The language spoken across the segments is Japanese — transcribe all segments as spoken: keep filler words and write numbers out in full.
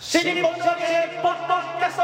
新日本の揚げポッドキャスト。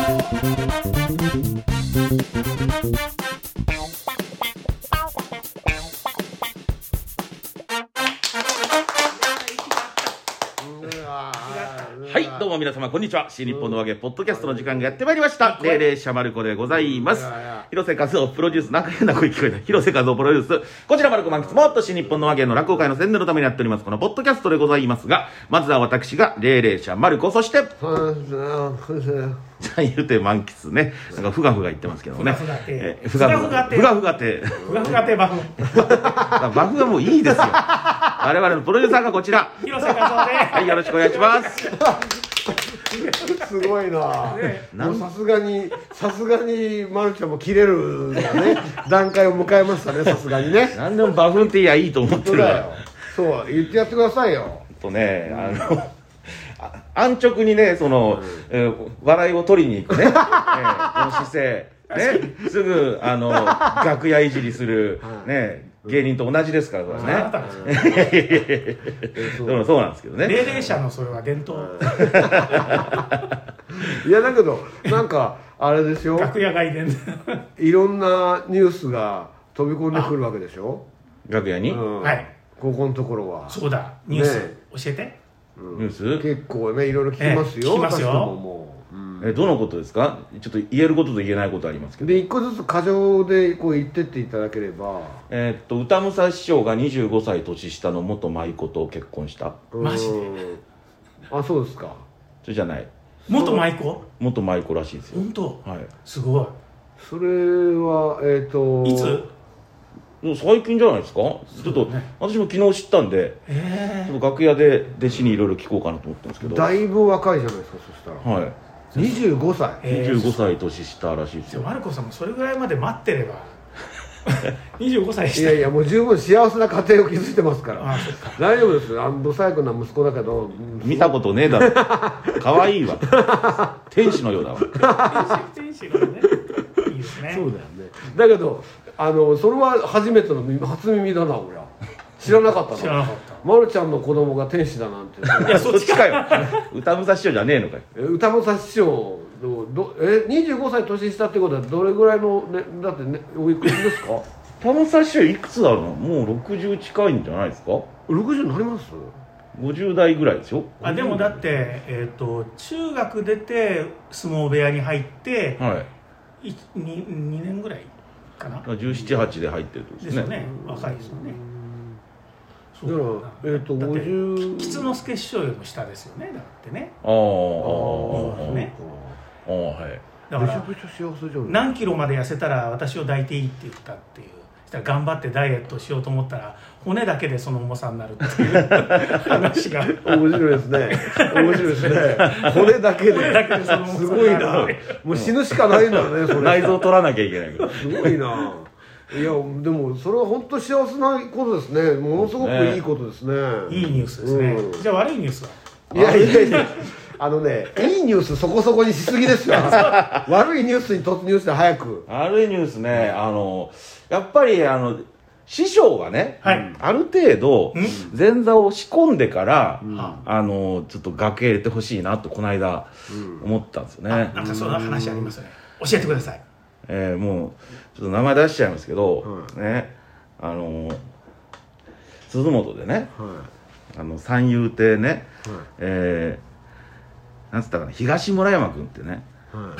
はい、どうも皆様こんにちは。新日本の揚げポッドキャストの時間がやってまいりました。霊霊者まる子でございます。広瀬和夫プロデュース、なんか変な声聞こえた。広瀬和夫プロデュース、こちらまる子満喫もっと新日本の揚げの落語会の宣伝のためにやっておりますこのポッドキャストでございますが、まずは私が霊霊者まる子、そしてじゃあ言うて満喫ね、なんかふがふが言ってますけどね。ふがふがてふがふがてふがふがてバフバフはもういいですよ。我々のプロデューサーがこちら、 広瀬和夫です。 はい、よろしくお願いします。 すごいな。さすがにさすがにまるちゃんも切れるね段階を迎えましたね。さすがにね。 何でもバフンっていやいいと思ってるわよ。 そう言ってやってくださいよ。 とね、あの安直にね、その、うんえー、笑いを取りに行くね、えー、この姿勢ね、すぐあの楽屋いじりする、はい、ね、芸人と同じですからこれね。そうそうなんですけどね。 霊霊者のそれは伝統。 いやだけどなんかあれですよ。 楽屋外伝。 いろんなニュースが飛び込んでくるわけでしょ。 楽屋に。 うん、 はい。 ここのところは。 そうだ。ニュース、ね、教えて。 うん、ニュース結構ねいろいろ聞きますよ。 えー、聞きますよ。 もう、うん、 えどのことですか。ちょっと言えることと言えないことありますけど。 で一個ずつ過剰でこう言ってっていただければ。 えー、っと歌武蔵師匠がにじゅうごさい年下の元舞妓と結婚した。 マジで。 あ、そうですか。 それじゃない。 元舞妓。 元舞妓らしいですよ。 本当。 はい。 すごい。 それはえっといつ。 最近じゃないですか。ね、ちょっと私も昨日知ったんで、えー、ちょっと楽屋で弟子にいろいろ聞こうかなと思ってるんですけど。 だいぶ若いじゃないですか。そしたらはいにじゅうごさい、 にじゅうごさい年下らしいですよ。 マルコさんもそれぐらいまで待ってればにじゅうごさい下。 いやいやもう十分幸せな家庭を築いてますから。 ああ、そっか。 大丈夫ですよ。あの不細工な息子だけど見たことねえだろ。可愛いわ。天使のようだわ。 天使のね、いいですね。 そうだよね。だけどあのそれは初めての初耳だな。俺は知らなかったの。 知らなかった。 まるちゃんの子供が天使だなんて。 いやそっちかよ。歌武蔵師匠じゃねえのかよ。 歌武蔵師匠どえにじゅうごさい年下ってことはどれぐらいの、ね、だってねおいくつですか。 歌武蔵師匠いくつだろう。もうろくじゅう近いんじゃないですか。 ろくじゅうになります。 ごじゅう代ぐらいですよ。 あでもだって、えー、と中学出て相撲部屋に入って、 はい、 に, にねんぐらいかな。 じゅうなな、はちで入ってるってことですね。 ですよね。若いですよね。 だからえっとごじゅう吉之助師匠よりも下ですよね。だってね。 ああああね。 ああはい。 だからめちゃくちゃ幸せじゃん。 何キロまで痩せたら私を抱いていいって言ったっていう。したら頑張ってダイエットしようと思ったら骨だけでその重さになるっていう話が面白いですね。面白いですね。骨だけで。 骨だけでその重さすごいな。もう死ぬしかないんだね。それ。 内臓取らなきゃいけないから。 すごいな。いやでもそれは本当幸せなことですね。ものすごくいいことですね。 いいニュースですね。うん、じゃあ悪いニュースは。 いやいやいや。あのね、いいニュースそこそこにしすぎですよ。悪いニュースに突入して早く。 悪いニュースね、あのやっぱりあの師匠がね、はい、ある程度前座を仕込んでから、うん、あのちょっと楽屋入れてほしいなとこの間思ったんですよね。 なんかそんな話ありますね。教えてください。 えー、もうちょっと名前出しちゃいますけど、うん、ね、あの鈴本でね、はい、あの三遊亭ね、はい、えー、なんつったかな、東村山君ってね、はい、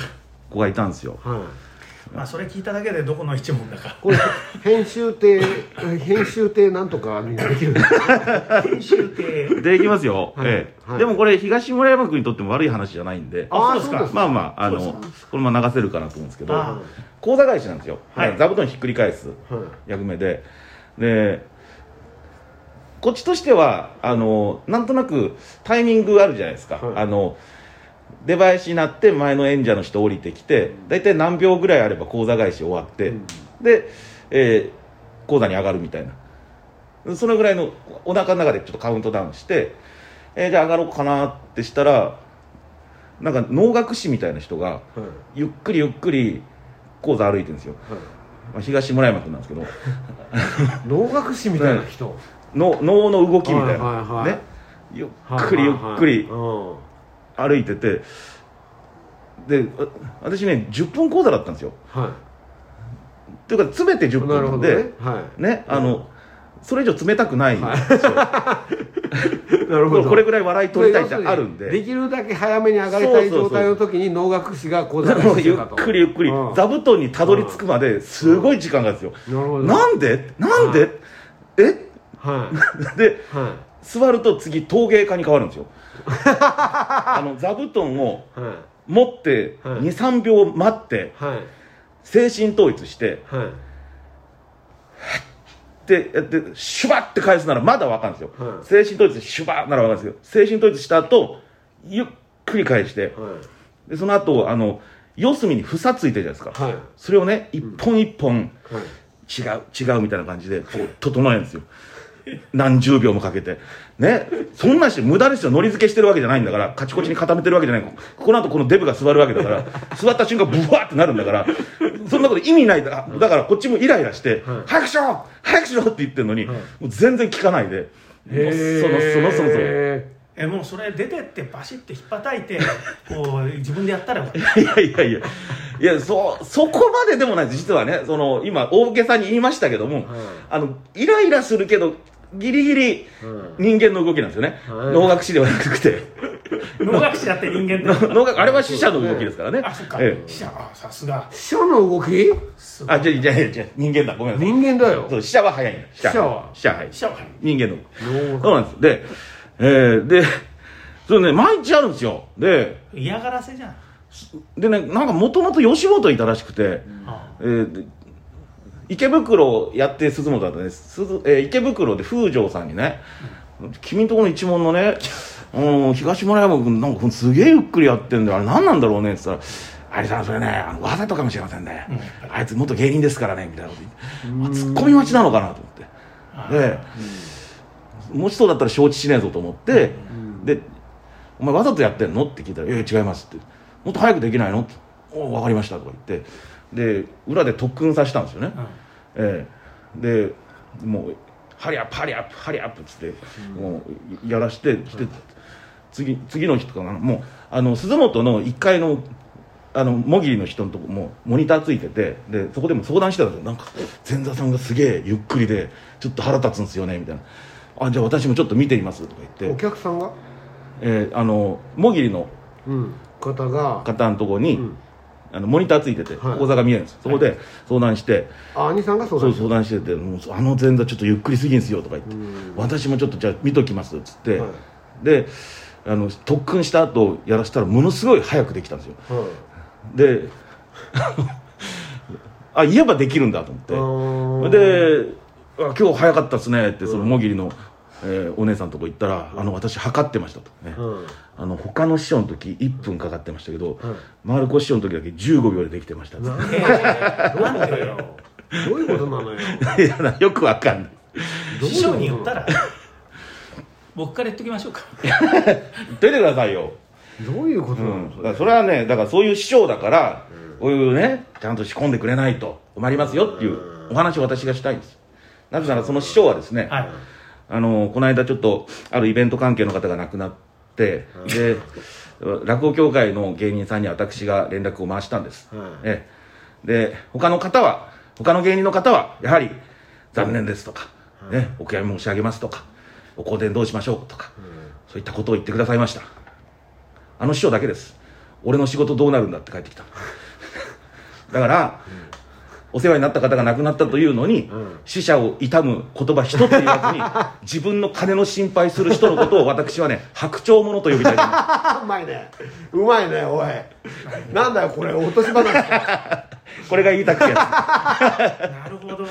子がいたんですよ。はい、 まあそれ聞いただけでどこの一門だか。 これ編集亭編集亭なんとかにできるんですか。 編集亭できますよ。はい、ええ、はい、でもこれ東村山君にとっても悪い話じゃないんで、 ああそうですか。 まあまああのこれも流せるかなと思うんですけど、講座返しなんですよ。はい、座布団ひっくり返す役目で、でこっちとしてはあのなんとなくタイミングあるじゃないですか。はい、あの出囃子になって前の演者の人降りてきて、大体何秒ぐらいあれば講座返し終わって、うん、で、えー、講座に上がるみたいな、そのぐらいのお腹の中でちょっとカウントダウンして、えー、じゃあ上がろうかなってしたら、なんか能楽師みたいな人が、はい、ゆっくりゆっくり講座歩いてるんですよ。はい、まあ、東村山君なんですけど能楽師みたいな人、 の能の動きみたいな、はいはいはい、ね、ゆっくりゆっくり、はいはいはい、 歩いててで私ねじゅっぷん講座だったんですよ、はい、っていうか詰めてじゅっぷんで、ねはいね、あの、うん、それ以上詰めたくないんですよ、はい、なるほどこれぐらい笑い取りたいってあるんでできるだけ早めに上がりたい状態の時に能楽師が講座をしてたとゆっくりゆっくり、うん、座布団にたどり着くまですごい時間があるんですよ、うん、なんでなんで、はい、え、はい、で、はい、座ると次陶芸家に変わるんですよあの座布団を持って にさんびょう待って、はい、精神統一して、はい、ってやってシュバッて返すならまだ分かるんですよ、はい、精神統一シュバッなら分かるんですけど精神統一した後ゆっくり返して、はい、でその後あの四隅に房ついてるじゃないですか、はい、それをね一本一本、うんはい、違う違うみたいな感じでこう整えるんですよ何十秒もかけてね、そんなし無駄ですよ。のり付けしてるわけじゃないんだから、カチコチに固めてるわけじゃない。この後このデブが座るわけだから座った瞬間ブワーってなるんだから、そんなこと意味ないだから、だからこっちもイライラして、はい、早くしろ早くしろって言ってるのに、はい、もう全然聞かないで、 へそのそのそのそのえもうそれ出てってバシッて引っ叩いてこう自分でやったらいやいやいやいやそそこまででもないです。実はね、その今大げさに言いましたけども、はい、あのイライラするけどギリギリ人間の動きなんですよね、はい、能楽師ではなくて能楽師だって人間だ能楽あれは死者の動きですからね。 あ、そっか、ええ、死者、あ、さすが死者の動きあ、じゃあじゃあじゃあ人間だ、ごめんなさい、 人間だよ。 そう死者は早いんだ。 死者は死者は早い、 死者は早い人間のそうなんです。で、えー、でそれね毎日あるんですよ。で嫌がらせじゃん。 でね、なんかもともと吉本いたらしくて、うん、えー池袋やって鈴本だったね、鈴、えー、池袋で風城さんにね、うん、君んとこの一門のね、うん、東村山君なんかすげえゆっくりやってんだよ、あれ何なんだろうねって言ったら、あれさんそれねあのわざとかもしれませんね、うん、あいつ元芸人ですからねみたいなこと言って、ツッコミ待ちなのかなと思って、で、うん、もしそうだったら承知しねえぞと思って、うん、でお前わざとやってんのって聞いたら、いや違いますって、もっと早くできないのって、お分かりましたとか言って、で裏で特訓させたんですよね、うん、えー、でもうハリアップハリアップハリアップっつって、うん、もうやらして、うん、して次次の日とかもうあの鈴本のいっかいのあのもぎりの人のとこもモニターついてて、でそこでも相談してたんですよ。なんか前座さんがすげえゆっくりでちょっと腹立つんですよねみたいな、あじゃあ私もちょっと見てみますとか言って、 お客さんが、 えー、あのもぎりの方が方のとこに、うん、あのモニターついてて講座が見えるんです、はい、そこで相談して、 はい、あ兄さんが相談してそう相談してて、もうあの前座ちょっとゆっくりすぎんすよとか言って、私もちょっとじゃあ見ときますっつって、はい、であの特訓した後やらせたらものすごい早くできたんですよ、はい、であ言えばできるんだと思って、であ今日早かったっすねってそのもぎりの、えー、お姉さんのとこ行ったら、あの私測ってましたとね、うん、あの他の師匠の時いっぷんかかってましたけど、うん、マルコ師匠の時だけじゅうごびょうでできてましたって。なんでよどういうことなのよいやよくわかんない師匠に言ったら僕から言っときましょうか言っといてくださいよ。 どういうことなの、うん、 それだからそれはね、だからそういう師匠だから、うん、こういうねちゃんと仕込んでくれないと困りますよっていうお話を私がしたいんです。なぜならその師匠はですね、はい、あのこの間ちょっとあるイベント関係の方が亡くなって、うん、で落語協会の芸人さんに私が連絡を回したんです、うん、えで他の方は他の芸人の方はやはり残念ですとか、うんね、お悔やみ申し上げますとかお香典どうしましょうとか、うん、そういったことを言ってくださいました。あの師匠だけです、俺の仕事どうなるんだって帰ってきただから、うんお世話になった方が亡くなったというのに、うん、死者を悼む言葉一つ言わずに自分の金の心配する人のことを私はね白鳥者と呼びたいと思いますうまいねうまいねおいなんだよこれ落とし話これが言いたくてやつなるほど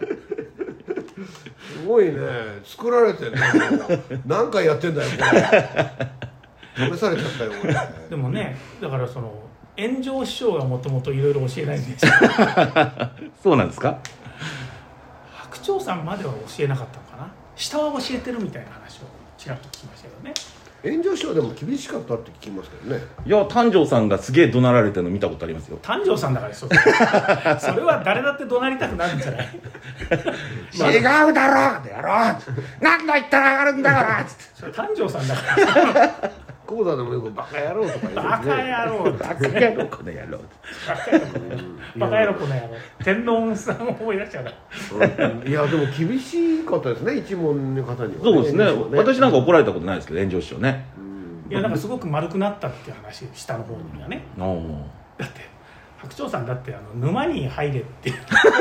すごいね作られてるね何回やってんだよこれ試されちゃったよこれでもねだからその炎上師匠がもともといろいろ教えないんですよそうなんですか。 白鳥さんまでは教えなかったのかな、下は教えてるみたいな話をちらっと聞きましたけどね。 炎上師匠でも厳しかったって聞きますけどね。 いや丹上さんがすげえ怒鳴られてるの見たことありますよ。 丹上さんだからそれそれは誰だって怒鳴りたくなるんじゃない違うだろってやろう何度言ったら上がるんだからそれ丹上さんだから講座でもよくバカ野郎とか言うんですね。 バカ野郎バカ野郎この野郎バカ野郎この野郎天皇さんを思い出しちゃうな。 いやでも厳しかったですね、一門の方には、ね、 そうですね。私なんか怒られたことないですけど、炎上師匠ね。 いやなんかすごく丸くなったっていう話、下の方にはね。だって白鳥さんだってあの沼に入れって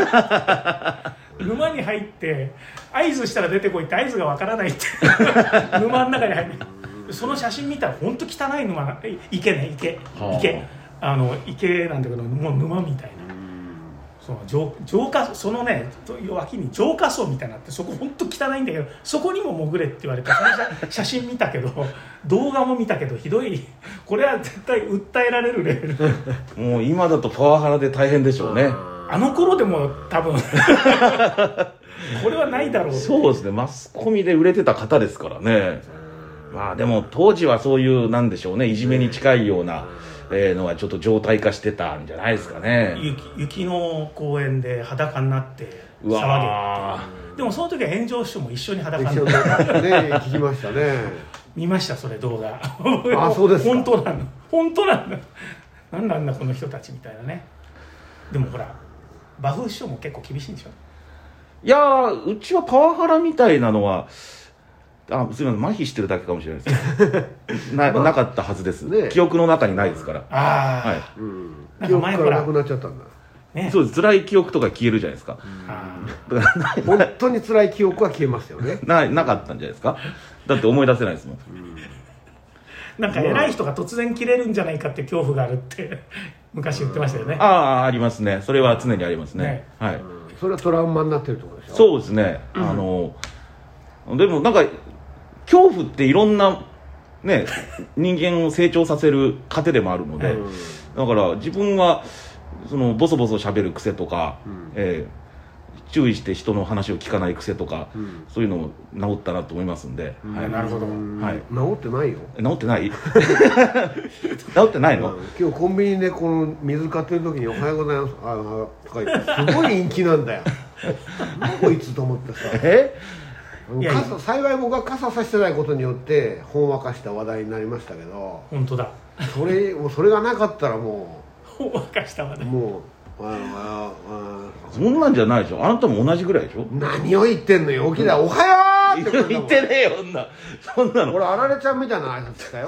沼に入って合図したら出てこいって合図がわからないって沼の中に入る。その写真見たら本当汚い沼、池ね、池池あの池なんだけど、もう沼みたいな。その浄浄化、そのね脇に浄化層みたいなのあって、そこ本当汚いんだけど、そこにも潜れって言われて、その写真見たけど動画も見たけど、ひどい、これは絶対訴えられるレベル。 もう今だとパワハラで大変でしょうね。 あの頃でも多分これはないだろう。 そうですね、マスコミで売れてた方ですからね。まあでも当時はそういうなんでしょうね、いじめに近いようなえー、のはちょっと常態化してたんじゃないですかね。 雪, 雪の公園で裸になって騒げって。でもその時は炎上師匠も一緒に裸になってね、聞きましたね。 見ました、それ動画。 あ、そうですか。 本当なの、本当なんだ、なんなんだこの人たちみたいなね。でもほら馬風師匠も結構厳しいんでしょ。 いやー、うちはパワハラみたいなのは、あ、すみません、麻痺してるだけかもしれないですな, なかったはずです、ね、記憶の中にないですから。 ああ、 はい、 うん、記憶からなくなっちゃったんだ、 ね、そうです。辛い記憶とか消えるじゃないですか。 本当に辛い記憶は消えますよね。 な, なかったんじゃないですか。だって思い出せないですもん、うん、 なんか偉い人が突然切れるんじゃないかって恐怖があるって昔言ってましたよね。 ああ、ありますね。それは常にありますね、ね、はい、うん、 それはトラウマになってるってことでしょ。 そうですね、うん、あのでもなんか恐怖っていろんなね人間を成長させる糧でもあるので、うん、だから自分はそのボソボソ喋る癖とか、うん、えー、注意して人の話を聞かない癖とか、うん、そういうのを治ったなと思いますんで、 うん、はい、なるほど、 はい、治ってないよ。 治ってない治ってないの、 うん、今日コンビニでこの水買ってる時におはようございますああとか言ってすごい陰気なんだよ何こいつと思ってさえ傘、幸い僕は傘さしてないことによってほんわかした話題になりましたけど。 本当だ。 それもうそれがなかったらもうほんわかした話題、もうあああそんなんじゃないでしょ。あなたも同じぐらいでしょ。 何を言ってんのよ、起きだ、おはようって言ってねえよ、そんなそんなの。 俺あられちゃんみたいな挨拶したよ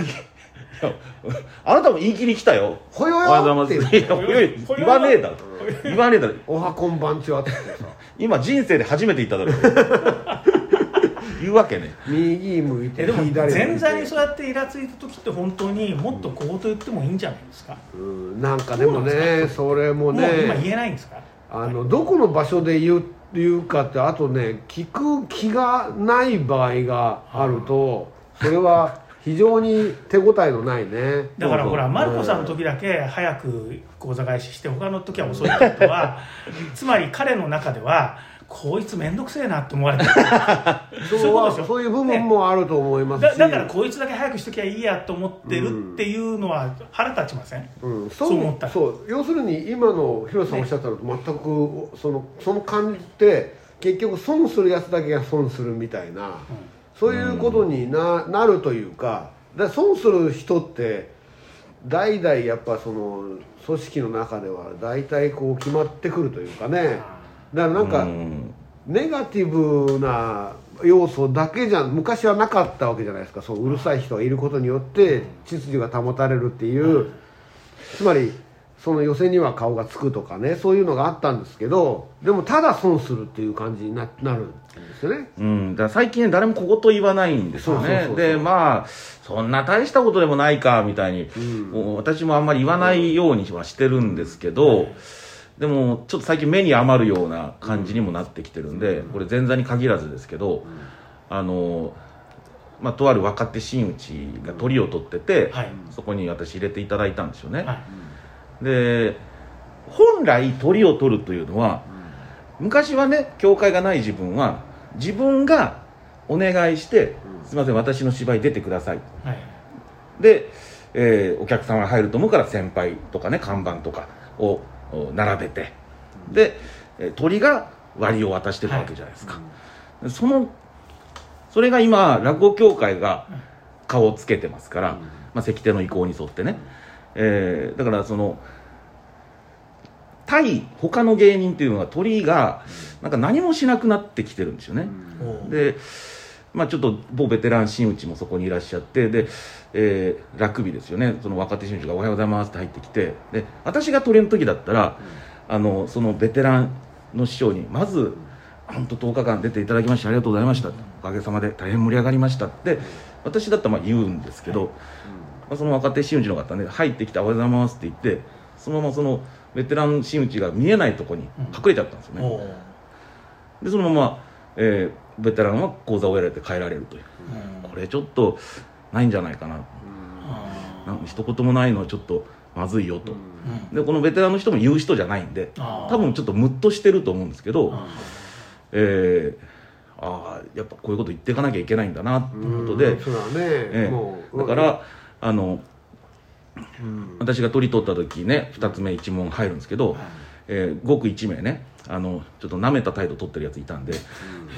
あなたも言い切り来たよ。 ほよよって言わねえだろ言わねえだろ。 おはこんばんちはってさ今人生で初めて言っただろ言うわけね。 右向いて左向いて。 前座にそうやってイラついた時って本当にもっと小言言ってもいいんじゃないですか。 うん、なんかでもね、それもね、 もう今言えないんですか。 あのどこの場所で言う言うかって、あとね、聞く気がない場合があると、それは非常に手応えのないね。 だからほら、マルコさんの時だけ早く口座返しして、他の時は遅いってことはつまり彼の中ではこいつ面倒くせえなって思われてるそういうことでしょ。そういう部分もあると思いますし、 ね、だ, だからこいつだけ早くしときゃいいやと思ってるっていうのは腹立ちません、うん、そう思ったら。そう要するに今の広瀬さんおっしゃったのと全くそのその感じって結局損するやつだけが損するみたいな、うん、そういうことに な, なるというか、だ損する人って代々やっぱその組織の中では大体こう決まってくるというかね。だからなんかネガティブな要素だけじゃ昔はなかったわけじゃないですか。そううるさい人がいることによって秩序が保たれるっていう、つまりその寄せには顔がつくとかね、そういうのがあったんですけど、でもただ損するっていう感じに な, なるんですよね。 うん、だから最近ね、誰も小言言わないんですよね。でまあそんな大したことでもないかみたいに、うん、もう私もあんまり言わないようにはしてるんですけど、うん、でもちょっと最近目に余るような感じにもなってきてるんで、これ前座に限らずですけど、あの、まあ、とある若手真打ちがトリを取ってて、はい、そこに私入れていただいたんですよね、はい、で本来トリを取るというのは、昔はね、教会がない自分は自分がお願いして「すいません、私の芝居出てください」はい、で、えー、お客さんが入ると思うから先輩とかね、看板とかを並べて、で鳥が割を渡してたわけじゃないですか、はい、そのそれが今落語協会が顔をつけてますから、うん、まあ、関手の意向に沿ってね、えー、だからその対他の芸人っていうのは鳥居がなんか何もしなくなってきてるんですよね、うん、で、まあ、ちょっと某ベテラン真打ちもそこにいらっしゃって、で、えー、ラグビーですよね、その若手真打ちがおはようございますって入ってきて、で私が鳥の時だったら、うん、あのそのベテランの師匠にまず本当とおかかん出ていただきましてありがとうございました、うん、おかげさまで大変盛り上がりましたって私だったらまあ言うんですけど、はい、まあ、その若手真打ちの方ね入ってきておはようございますって言ってそのままそのベテラン真打ちが見えないところに隠れちゃったんですよね、うん、でそのまま、えー、ベテランは講座をやられて帰られるという、うん、これちょっとないんじゃないかな、うん、なんか一言もないのはちょっとまずいよと、うん、でこのベテランの人も言う人じゃないんで多分ちょっとムッとしてると思うんですけど、えー、ああやっぱこういうこと言っていかなきゃいけないんだなっていうことで、うん、 そうだね、 えー、 もうだからあのうん、私が取り取った時ねふたつめ一問入るんですけど、はい、えー、ごくいち名ねあのちょっと舐めた態度取ってるやついたんで、うん、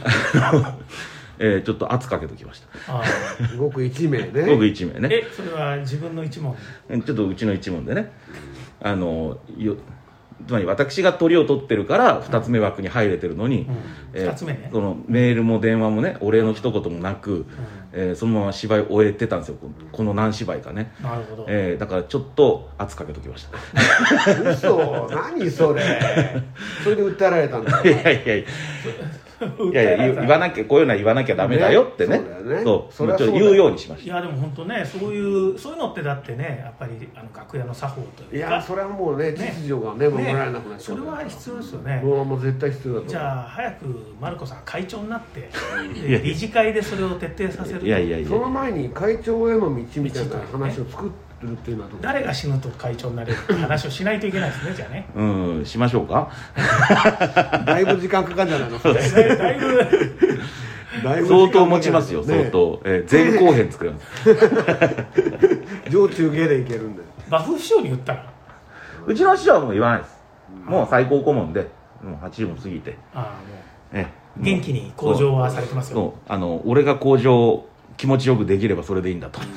えー、ちょっと圧かけときました。 あごくいち名ねごくいち名ねえそれは自分の一問ちょっとうちの一問でね、あのよつまり私が鳥を取ってるからふたつめ枠に入れてるのに、うん、 えー、ふたつめね、 そのメールも電話もねお礼の一言もなく、うん、えー、そのまま芝居を終えてたんですよ、この何芝居かね。 なるほど、 えー、だからちょっと圧かけときました嘘何それそれで訴えられたんだいやいやいやいやいや言わなきゃこういうのは言わなきゃダメだよってね、 ね、 そうそうちょっと言うようにしました。 いやでも本当ねそういうそういうのってだってねやっぱりあの楽屋の作法というか、 いやそれはもうね秩序がね守られなくなっちゃう、 ね、それは必要ですよね。 もうもう絶対必要だと。 じゃあ早くマルコさん会長になって理事会でそれを徹底させると。 いやいやいやその前に会長への道みたいな話を作ってるっていうのはどう、 誰が死ぬと会長になれるって話をしないといけないですねじゃあね。 うんしましょうかだいぶ時間かかるんじゃないのそれだいぶ相当持ちますよ、ね、相当、えー、前後編作ります上中下でいけるんで。 馬風師匠に言ったらうちの師匠はもう言わないです、うん、もう最高顧問でもうはちじゅうも過ぎて、あもう、えー、元気に向上はされてますよ。 そうあの俺が向上気持ちよくできればそれでいいんだと、うん、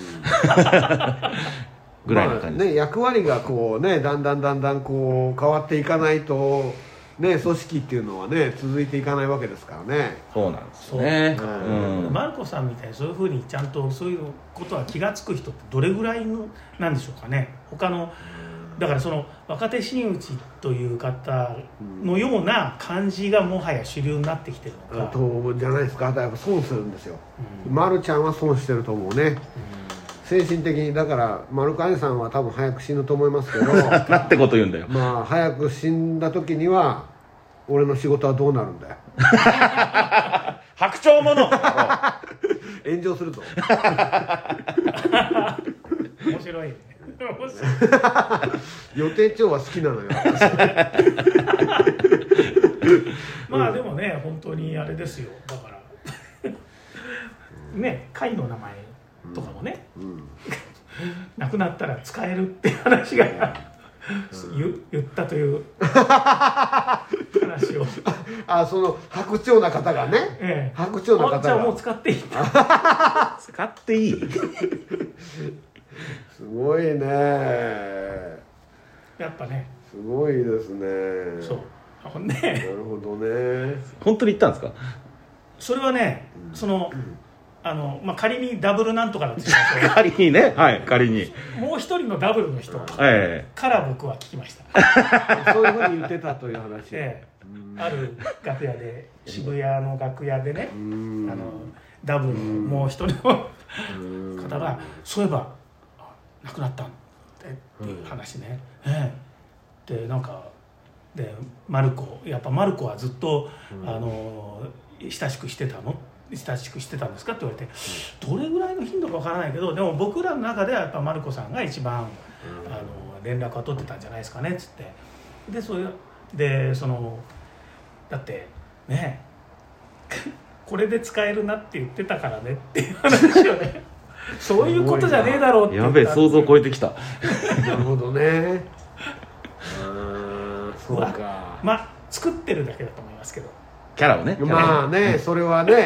ぐらいな感じです、 まあね、役割がこうねだんだんだんだんこう変わっていかないとね、組織っていうのはね続いていかないわけですからね。 そうなんですね、 うんうん、マルコさんみたいにそういうふうにちゃんとそういうことは気が付く人ってどれぐらいのなんでしょうかね。他のだからその若手真打ちという方のような感じがもはや主流になってきてるのか、 とじゃないですか。やっぱ損するんですよ、うん、マルちゃんは損してると思うね、うん、精神的に。だからマルコ兄さんは多分早く死ぬと思いますけどなんてこと言うんだよ。 まあ早く死んだ時には俺の仕事はどうなるんだよ白鳥者炎上するぞ面白いね予定調は好きなのよまあでもね本当にあれですよ。だからね会の名前とかもね、うんうん、亡くなったら使えるって話が、うん、言, 言ったという話をあその白鳥な方がね、ええ、白鳥な方がじゃあもう使っていい使っていいすごいね。 やっぱねすごいですね。 そうね。 なるほどね。 本当に言ったんですか。 それはね、うん、その、うん、あのまあ、仮にダブルなんとかだとしますよ仮にね、はい、仮にもう一人のダブルの人から僕は聞きました、 そういうふうに言ってたという話、 ええ、ある楽屋で渋谷の楽屋でね、あのダブルのもう一人の方がそういえば亡くなったんっていう話ね、ええ、でなんかでマルコやっぱマルコはずっと、あの親しくしてたの親しくしてたんですかって言われて、どれぐらいの頻度かわからないけどでも僕らの中ではやっぱマルコさんが一番、あの連絡は取ってたんじゃないですかねっつってでそれでそのだってねこれで使えるなって言ってたからねっていう話をねそういうことじゃねえだろうって言った。 やべえ想像を超えてきたなるほどねあそうかまあ作ってるだけだと思いますけどキャラをねまあね、うん、それはね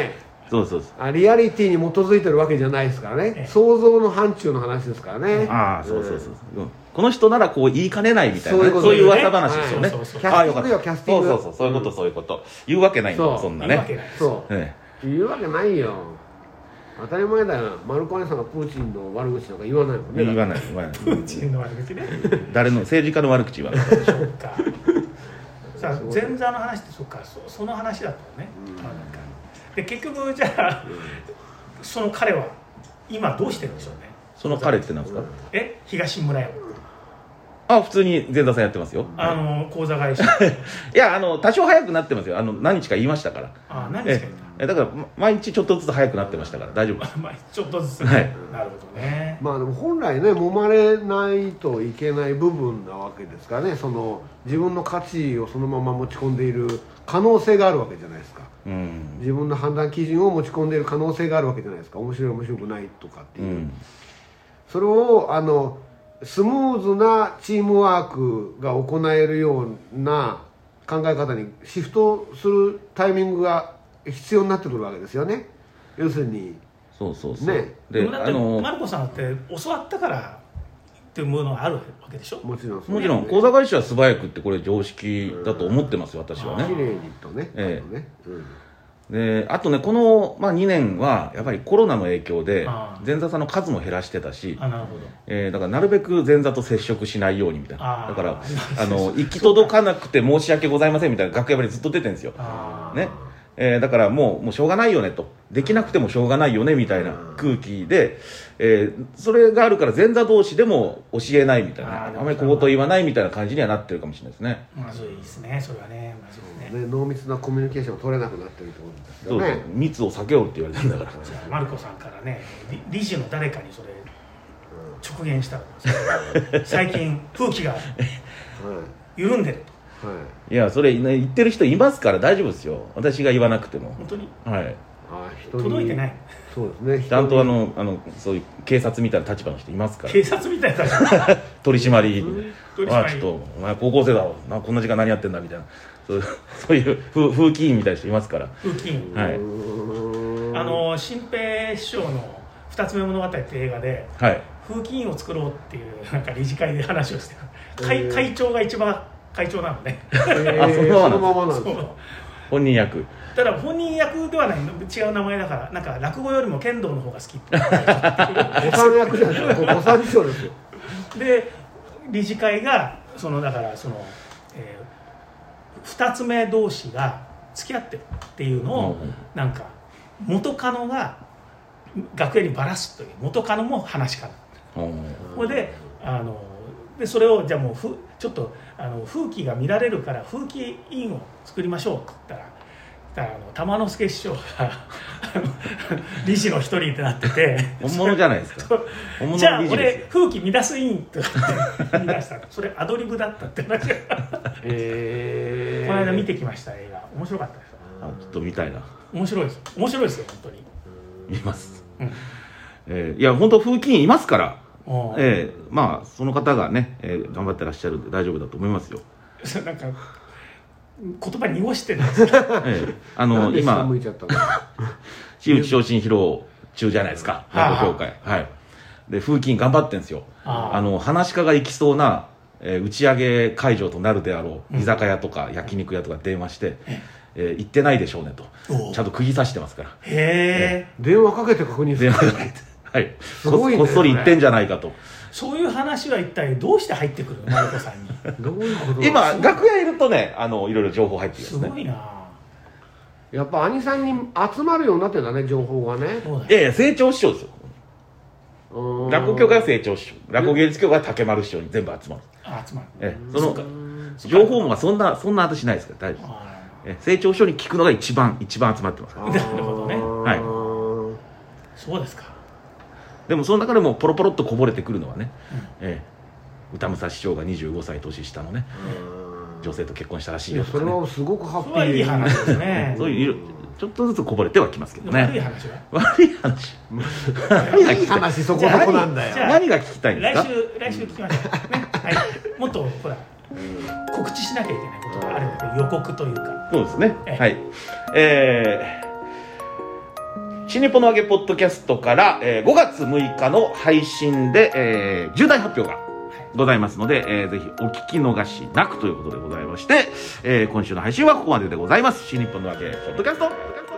そうそうそうあリアリティに基づいてるわけじゃないですからね、ええ、想像の範疇の話ですからね。 ああそうそうそう、うん、この人ならこう言いかねないみたいな、ね、そういうそういう噂話ですよね。 キャスティングよキャスティング。 そうそうそうそういうことそういうこと、うん、言うわけないんだよそんなね。 そう、ええ、言うわけないよ。当たり前だよ。マルコアニさんがプーチンの悪口なんか言わないもんね。 言わない言わない。 プーチンの悪口ね。 誰の政治家の悪口は。 そうか。さあ前座の話ってそうか そ, その話だったね。うん、なんかで結局じゃあ、うん、その彼は今どうしてるんでしょうね。 その彼ってなんですか。 え東村山。 あ普通に前座さんやってますよ。 あの口座会社。 いやあの多少早くなってますよ。あの何日か言いましたから。 あ何日か言った。 えだから毎日ちょっとずつ早くなってましたから大丈夫です。 毎日ちょっとずつ、ね、はい、なるほどね。 まあでも本来ね揉まれないといけない部分なわけですからね。その自分の価値をそのまま持ち込んでいる可能性があるわけじゃないですか。うん、自分の判断基準を持ち込んでいる可能性があるわけじゃないですか。面白い面白くないとかっていう、うん、それをあのスムーズなチームワークが行えるような考え方にシフトするタイミングが必要になってくるわけですよね。要するにそうそうそう、 ね、でもだってマルコさんって教わったからっていうものがあるわけでしょ。 もちろんもちろん口座会社は素早くってこれ常識だと思ってますよ私はね。 きれいにとね、 ええ、 あとね、うん、 であとねこの、まあ、にねんはやっぱりコロナの影響で前座さんの数も減らしてたし、 あなるほど、 えー、だからなるべく前座と接触しないようにみたいな。だからあの行き届かなくて申し訳ございませんみたいな楽屋までずっと出てるんですよ、ねえー、だからもう、もうしょうがないよねと、できなくてもしょうがないよねみたいな空気で、えー、それがあるから前座同士でも教えないみたいな、あ, あまり小言言わないみたいな感じにはなってるかもしれないですね。 まずいですねそれはね。まずいですね。 ね濃密なコミュニケーションを取れなくなってるってことですよね。 そうそう密を避けようって言われてるんだからじゃあマルコさんからね理事の誰かにそれ直言したら最近空気が緩んでると。 はい、いやそれ、ね、言ってる人いますから大丈夫ですよ。私が言わなくても。 本当に、 はい、 あ人届いてない。 そうですね。 ちゃんとあのあのそういう警察みたいな立場の人いますから。 警察みたいな立場取り締まり、うん、あちょっとお前高校生だろなこんな時間何やってんだみたいなそうそういう風風紀委員みたいな人いますから。 風紀委員、はい、あの新平師匠の二つ目物語って映画で、はい、風紀委員を作ろうっていうなんか理事会で話をしてる 会, 会長が一番会長なのね、えー、あそのままなんですか。 本人役ただ本人役ではない違う名前だからなんか落語よりも剣道の方が好きっておさん役じゃないですか。おさん師匠ですよ。 で理事会がそのだからその、えー、ふたつめ同士が付き合ってるっていうのを、うん、なんか元カノが楽屋にばらすという元カノも話かな、うん、それであのでそれをじゃあもうふちょっとあの風紀が見られるから風紀委員を作りましょうって言ったらだからあの玉之助師匠が理事の一人ってなってて本物じゃないですか。 本物じゃあ俺風紀乱す委員って言い出したそれアドリブだったって話が、えー、この間見てきました映画面白かったです。 あちょっと見たいな。 面白いです面白いですよ本当に見ます、うんえー、いや本当風紀委員いますからえー、まあその方がね、えー、頑張ってらっしゃるんで大丈夫だと思いますよ。 なんか言葉濁してるんですか、えー、 あの今真打ち昇進披露中じゃないですか落語協会、はい、で風紀委員頑張ってるんですよ。ああの噺家が行きそうな、えー、打ち上げ会場となるであろう居酒屋とか焼肉屋とか電話して、うんえー、行ってないでしょうねとちゃんと釘刺してますから。 へえ、えー、電話かけて確認する。 電話かけてはい、すごいね、こっそり言ってんじゃないかと。 そういう話は一体どうして入ってくるのマルコさんにどういうこと。 今楽屋いるとねあのいろいろ情報入ってきますね。 すごいな。 やっぱ兄さんに集まるようになってんだね情報がね。 いやいや成長師匠ですよ。落語協会は成長師匠落語芸術協会は竹丸師匠に全部集まる。 あ集まる。 えその情報もそんなそんな私ないですから大丈夫。え成長師匠に聞くのが一番一番集まってますから。 なるほどね。 はい。 そうですか。 でもその中でもポロポロっとこぼれてくるのはね、うんええ、歌武蔵師匠がにじゅうごさい年下のね女性と結婚したらしいよとか、ね、 それはすごくハッピー。それはいい話ですねそういうちょっとずつこぼれてはきますけどね。 悪い話は悪い話悪い話そこそこなんだよ。 何が聞きたいんですか。 来週来週聞きましょう、ねはい、もっとほら告知しなきゃいけないことがあるので予告というか。 そうですね、ええはいえー新日本の揚げポッドキャストから、えー、ごがつむいかの配信で、えー、重大発表がございますので、えー、ぜひお聞き逃しなくということでございまして、えー、今週の配信はここまででございます。新日本の揚げポッドキャスト